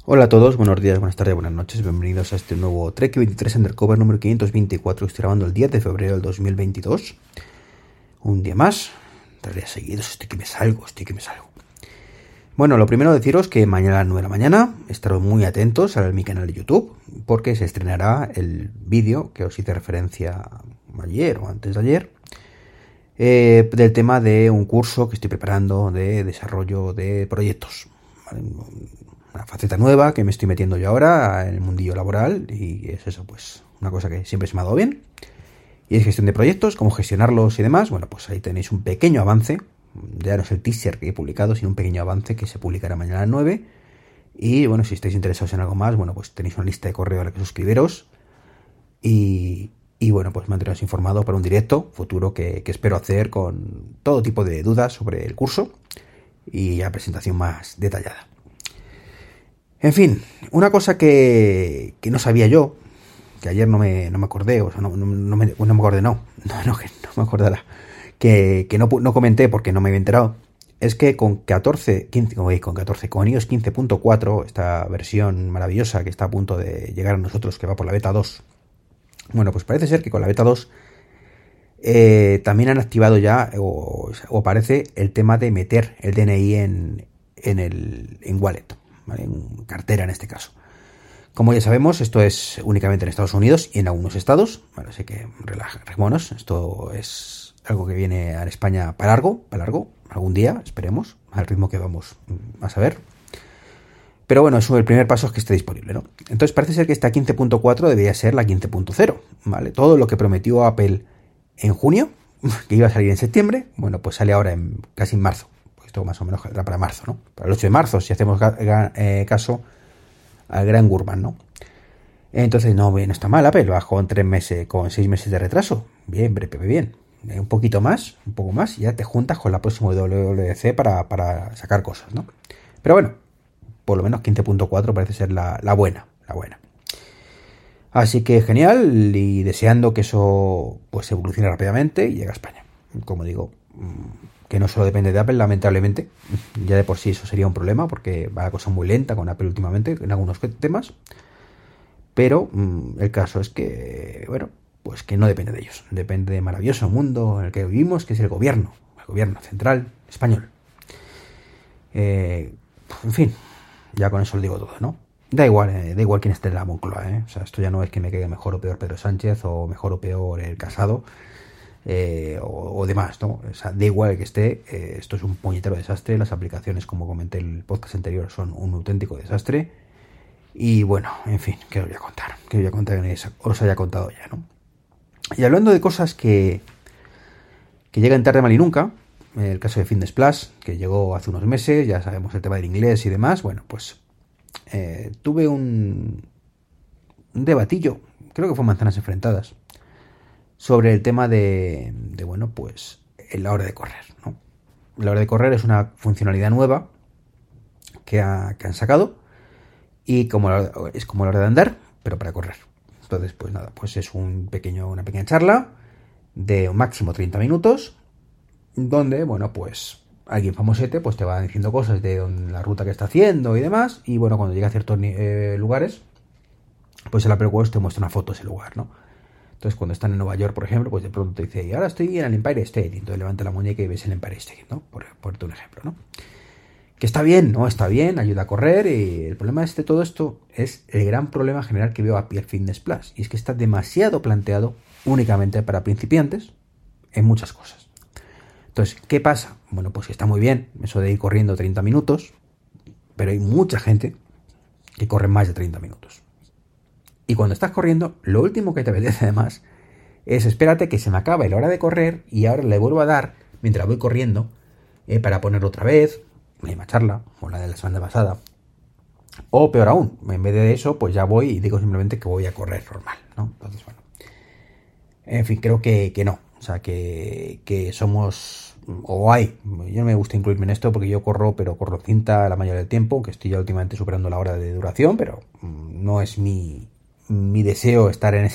Hola a todos, buenos días, buenas tardes, buenas noches, bienvenidos a este nuevo Trek 23 Undercover número 524 que estoy grabando el 10 de febrero del 2022. Un día más, 3 días seguidos, estoy que me salgo. Bueno, lo primero deciros que mañana a las 9 de la mañana estaros muy atentos a mi canal de YouTube porque se estrenará el vídeo que os hice referencia ayer o antes de ayer del tema de un curso que estoy preparando de desarrollo de proyectos, ¿vale? Una faceta nueva que me estoy metiendo yo ahora en el mundillo laboral y es eso, pues una cosa que siempre se me ha dado bien y es gestión de proyectos, cómo gestionarlos y demás. Bueno, pues ahí tenéis un pequeño avance, ya no es el teaser que he publicado, sino un pequeño avance que se publicará mañana a las 9 y bueno, si estáis interesados en algo más, bueno, pues tenéis una lista de correo a la que suscribiros y bueno, pues manteneros informados para un directo futuro que espero hacer con todo tipo de dudas sobre el curso y la presentación más detallada. En fin, una cosa que no sabía yo, que ayer no me acordé, o sea, no me acordé, no me acordará, que no comenté porque no me había enterado, es que con iOS 15.4, esta versión maravillosa que está a punto de llegar a nosotros, que va por la beta 2, bueno, pues parece ser que con la beta 2 también han activado ya, o parece, el tema de meter el DNI en Wallet, ¿vale? En cartera en este caso. Como ya sabemos, esto es únicamente en Estados Unidos y en algunos estados, ¿vale? Así que relajémonos, esto es algo que viene a España para largo, algún día, esperemos, al ritmo que vamos a saber. Pero bueno, eso, el primer paso es que esté disponible, ¿no? Entonces parece ser que esta 15.4 debería ser la 15.0, ¿vale? Todo lo que prometió Apple en junio, que iba a salir en septiembre, bueno, pues sale ahora casi en marzo. Esto más o menos era para marzo, ¿no? Para el 8 de marzo, si hacemos caso al gran Gurman, ¿no? Entonces no está mal Apple, bajó en 3 meses, con 6 meses de retraso. Bien, bien. Un poco más, y ya te juntas con la próxima WWDC para sacar cosas, ¿no? Pero bueno, por lo menos 15.4 parece ser la buena. Así que genial y deseando que eso pues evolucione rápidamente y llegue a España. Como digo, que no solo depende de Apple, lamentablemente. Ya de por sí eso sería un problema porque va la cosa muy lenta con Apple últimamente en algunos temas. Pero el caso es que, bueno, pues que no depende de ellos. Depende del maravilloso mundo en el que vivimos, que es el gobierno central español. En fin, ya con eso lo digo todo, ¿no? Da igual quién esté en la Moncloa, ¿eh? O sea, esto ya no es que me quede mejor o peor Pedro Sánchez o mejor o peor el Casado o demás, ¿no? O sea, da igual que esté, esto es un puñetero desastre. Las aplicaciones, como comenté en el podcast anterior, son un auténtico desastre. Y bueno, en fin, ¿qué os voy a contar? Que os haya contado ya, ¿no? Y hablando de cosas que llegan tarde, mal y nunca, el caso de Fitness Plus, que llegó hace unos meses, ya sabemos el tema del inglés y demás, bueno, pues tuve un debatillo, creo que fue Manzanas Enfrentadas, sobre el tema de bueno, pues la hora de correr, ¿no? La hora de correr es una funcionalidad nueva que han sacado y es como la hora de andar, pero para correr. Entonces, pues nada, pues es una pequeña charla de un máximo 30 minutos, donde, bueno, pues alguien famosete pues te va diciendo cosas de la ruta que está haciendo y demás, y bueno, cuando llega a ciertos lugares, pues el Apple Watch te muestra una foto de ese lugar, ¿no? Entonces cuando están en Nueva York, por ejemplo, pues de pronto te dice, y ahora estoy en el Empire State, y entonces levanta la muñeca y ves el Empire State, ¿no? Por un ejemplo, ¿no? Que está bien, ¿no? Está bien, ayuda a correr, y el problema de todo esto es el gran problema general que veo a Apple Fitness Plus, y es que está demasiado planteado únicamente para principiantes en muchas cosas. Entonces, ¿qué pasa? Bueno, pues que está muy bien eso de ir corriendo 30 minutos, pero hay mucha gente que corre más de 30 minutos. Y cuando estás corriendo, lo último que te apetece además es espérate que se me acabe la hora de correr y ahora le vuelvo a dar mientras voy corriendo para ponerlo otra vez, la misma charla o la de la semana pasada. O peor aún, en vez de eso, pues ya voy y digo simplemente que voy a correr normal, ¿no? Entonces, bueno. En fin, creo que no. O sea, que somos, o hay, yo no me gusta incluirme en esto porque yo corro cinta la mayoría del tiempo, que estoy ya últimamente superando la hora de duración, pero no es mi deseo estar en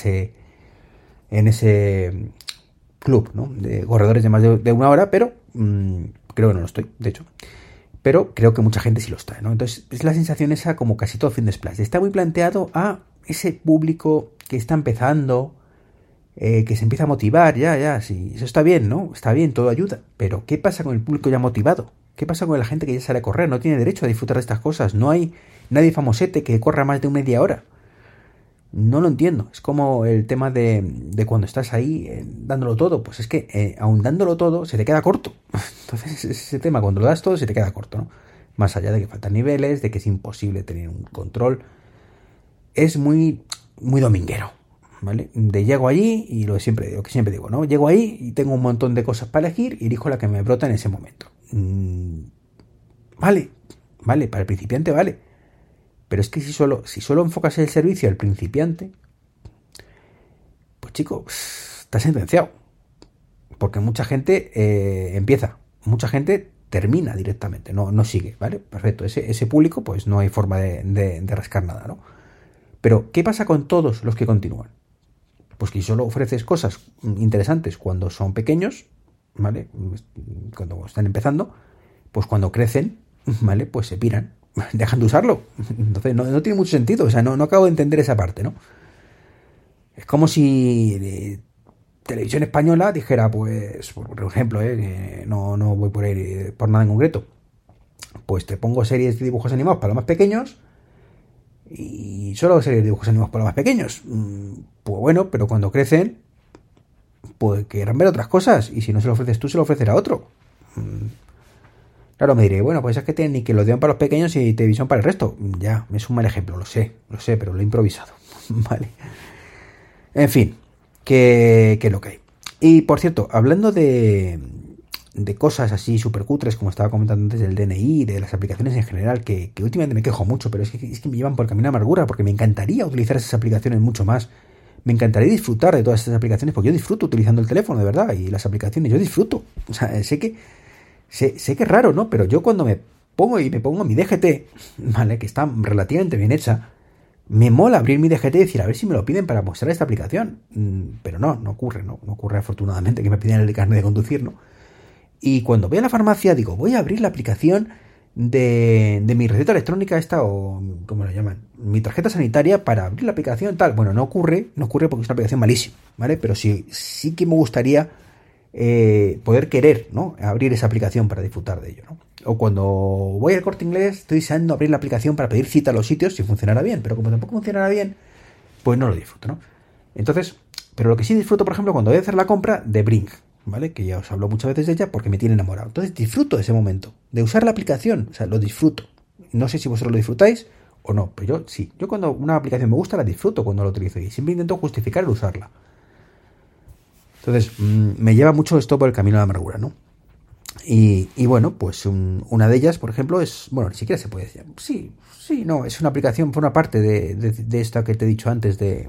ese club, ¿no? De corredores de más de una hora, pero creo que no lo estoy, de hecho. Pero creo que mucha gente sí lo está, ¿no? Entonces es la sensación esa como casi todo fin de splash. Está muy planteado a ese público que está empezando, que se empieza a motivar, ya, sí, eso está bien, ¿no? Está bien, todo ayuda. Pero ¿qué pasa con el público ya motivado? ¿Qué pasa con la gente que ya sale a correr? No tiene derecho a disfrutar de estas cosas. No hay nadie famosete que corra más de media hora. No lo entiendo. Es como el tema de cuando estás ahí dándolo todo. Pues es que aun dándolo todo se te queda corto. Entonces ese tema, cuando lo das todo, se te queda corto, ¿no? Más allá de que faltan niveles, de que es imposible tener un control. Es muy, muy dominguero, ¿vale? De llego allí y lo que siempre digo, ¿no? Llego ahí y tengo un montón de cosas para elegir y elijo la que me brota en ese momento. Vale, para el principiante vale. Pero es que si solo enfocas el servicio al principiante, pues chico, está sentenciado. Porque mucha gente empieza, mucha gente termina directamente, no sigue, ¿vale? Perfecto, ese público pues no hay forma de rascar nada, ¿no? Pero, ¿qué pasa con todos los que continúan? Pues que si solo ofreces cosas interesantes cuando son pequeños, ¿vale? Cuando están empezando, pues cuando crecen, ¿vale? Pues se piran, dejan de usarlo. Entonces no tiene mucho sentido, o sea, no acabo de entender esa parte, ¿no? Es como si Televisión Española dijera, pues, por ejemplo, que no voy por ahí por nada en concreto, pues te pongo series de dibujos animados para los más pequeños y solo series de dibujos animados para los más pequeños. Pues bueno, pero cuando crecen, pues querrán ver otras cosas, y si no se lo ofreces tú, se lo ofrecerá otro. Claro, me diré, bueno, pues es que tienen Nickelodeon para los pequeños y televisión para el resto. Ya, es un mal ejemplo, lo sé, pero lo he improvisado. Vale. En fin, que es lo que hay. Y por cierto, hablando de cosas así súper cutres, como estaba comentando antes del DNI, de las aplicaciones en general, que últimamente me quejo mucho, pero es que me llevan por camino de amargura, porque me encantaría utilizar esas aplicaciones mucho más. Me encantaría disfrutar de todas estas aplicaciones, porque yo disfruto utilizando el teléfono, de verdad, y las aplicaciones, yo disfruto. O sea, sé que es raro, ¿no? Pero yo cuando me pongo mi DGT, ¿vale? Que está relativamente bien hecha, me mola abrir mi DGT y decir, a ver si me lo piden para mostrar esta aplicación. Pero no ocurre afortunadamente que me piden el carnet de conducir, ¿no? Y cuando voy a la farmacia digo, voy a abrir la aplicación de mi receta electrónica esta, o ¿cómo lo llaman? Mi tarjeta sanitaria, para abrir la aplicación tal. Bueno, no ocurre porque es una aplicación malísima, ¿vale? Pero sí que me gustaría poder querer, ¿no? Abrir esa aplicación para disfrutar de ello, ¿no? O cuando voy al Corte Inglés estoy deseando abrir la aplicación para pedir cita a los sitios si funcionara bien, pero como tampoco funcionara bien, pues no lo disfruto, ¿no? Entonces, pero lo que sí disfruto, por ejemplo, cuando voy a hacer la compra de Brink, ¿vale? Que ya os hablo muchas veces de ella porque me tiene enamorado. Entonces disfruto de ese momento, de usar la aplicación, o sea, lo disfruto. No sé si vosotros lo disfrutáis o no, pero yo sí. Yo cuando una aplicación me gusta, la disfruto cuando la utilizo y siempre intento justificar el usarla. Entonces, me lleva mucho esto por el camino de la amargura, ¿no? Y bueno, pues una de ellas, por ejemplo, es... Bueno, ni siquiera se puede decir. Sí, no, es una aplicación, forma parte de esta que te he dicho antes de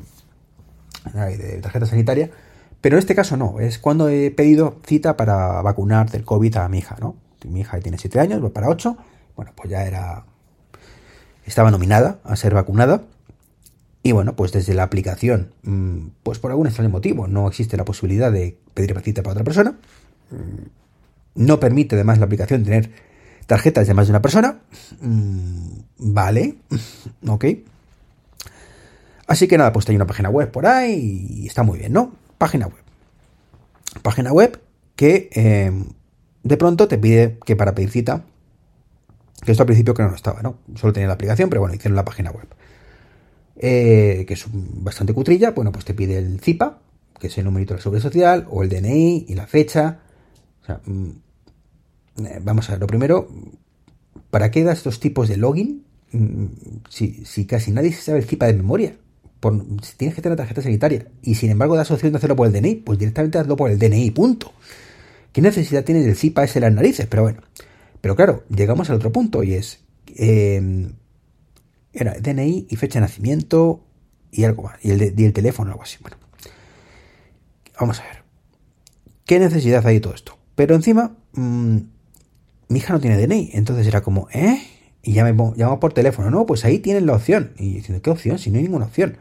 tarjeta sanitaria. Pero en este caso no, es cuando he pedido cita para vacunar del COVID a mi hija, ¿no? Mi hija tiene 7 años, va para 8. Bueno, pues ya estaba nominada a ser vacunada. Y bueno, pues desde la aplicación, pues por algún extraño motivo, no existe la posibilidad de pedir cita para otra persona. No permite además la aplicación tener tarjetas de más de una persona. Vale, ok. Así que nada, pues hay una página web por ahí y está muy bien, ¿no? Página web que de pronto te pide que para pedir cita, que esto al principio creo no estaba, ¿no? Solo tenía la aplicación, pero bueno, hicieron la página web. Que es bastante cutrilla. Bueno, pues te pide el CIPA, que es el numerito de la seguridad social, o el DNI y la fecha. O sea, vamos a ver, lo primero, ¿para qué das estos tipos de login? Si casi nadie sabe el CIPA de memoria. Si tienes que tener tarjeta sanitaria y sin embargo das opción de hacerlo por el DNI, pues directamente hazlo por el DNI, punto. ¿Qué necesidad tienes del CIPA ese en las narices? Pero bueno, pero claro, llegamos al otro punto y es era DNI y fecha de nacimiento y algo más, y el teléfono, algo así. Bueno, vamos a ver, ¿qué necesidad hay de todo esto? Pero encima mi hija no tiene DNI, entonces era como, y ya me llamo por teléfono. No, pues ahí tienen la opción. Y diciendo, ¿qué opción? Si no hay ninguna opción.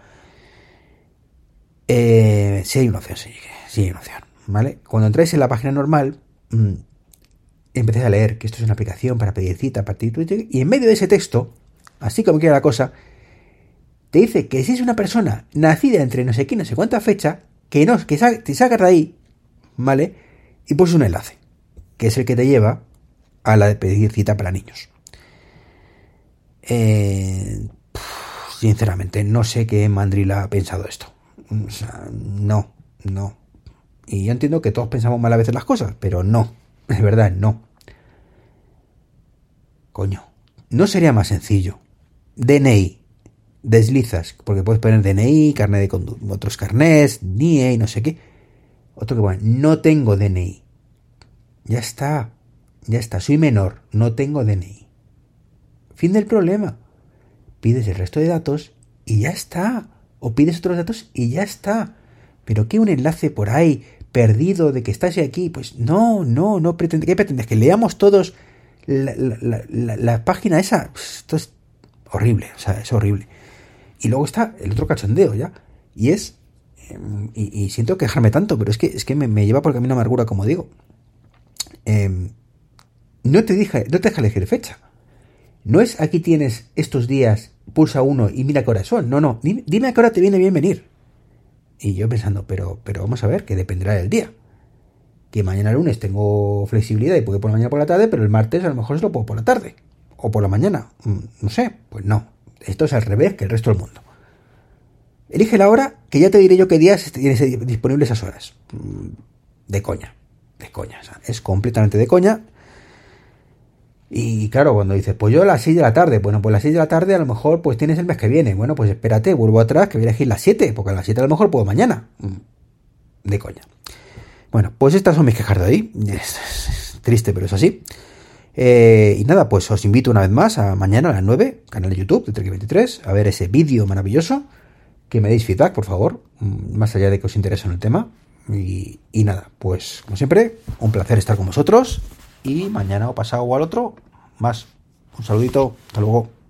Sí hay una opción, sí hay una opción, ¿vale? Cuando entráis en la página normal, empecé a leer que esto es una aplicación para pedir cita, para pedir Twitter, y en medio de ese texto, así como queda la cosa, te dice que si es una persona nacida entre no sé qué, no sé cuánta fecha, que no, que te sacas de ahí, ¿vale? Y pues un enlace, que es el que te lleva a la de pedir cita para niños. Sinceramente, no sé qué mandrila ha pensado esto. O sea, no. Y yo entiendo que todos pensamos mal a veces las cosas, pero no, de verdad, no. Coño, ¿no sería más sencillo? DNI, deslizas, porque puedes poner DNI, carnet de conducta, otros carnets, NIE, no sé qué. Otro que pone, no tengo DNI. Ya está, soy menor, no tengo DNI. Fin del problema. Pides el resto de datos y ya está. O pides otros datos y ya está. Pero que un enlace por ahí perdido de que estás aquí, pues no pretende. ¿Qué pretendes? Que leamos todos la página esa. Esto es horrible, o sea, es horrible. Y luego está el otro cachondeo ya. Y es. Y siento quejarme tanto, pero es que me lleva por el camino amargura, como digo. No te deja elegir fecha. No es aquí tienes estos días, pulsa uno y mira qué hora son. No. Dime a qué hora te viene bien venir. Y yo pensando, pero vamos a ver, que dependerá del día. Que mañana lunes tengo flexibilidad y puedo por la mañana por la tarde, pero el martes a lo mejor se lo puedo por la tarde. O por la mañana. No sé, pues no. Esto es al revés que el resto del mundo. Elige la hora, que ya te diré yo qué días tienes disponibles esas horas. De coña. O sea, es completamente de coña. Y claro, cuando dices, pues yo a las 6 de la tarde, bueno, pues a las 6 de la tarde a lo mejor pues tienes el mes que viene. Bueno, pues espérate, vuelvo atrás, que voy a elegir las 7, porque a las 7 a lo mejor puedo mañana. De coña. Bueno, pues estas son mis quejas de hoy. Es triste, pero es así. Y nada, pues os invito una vez más a mañana a las 9, canal de YouTube de Trek23, a ver ese vídeo maravilloso. Que me deis feedback, por favor, más allá de que os interese en el tema. Y nada, pues como siempre, un placer estar con vosotros. Y mañana o pasado o al otro, más. Un saludito, hasta luego.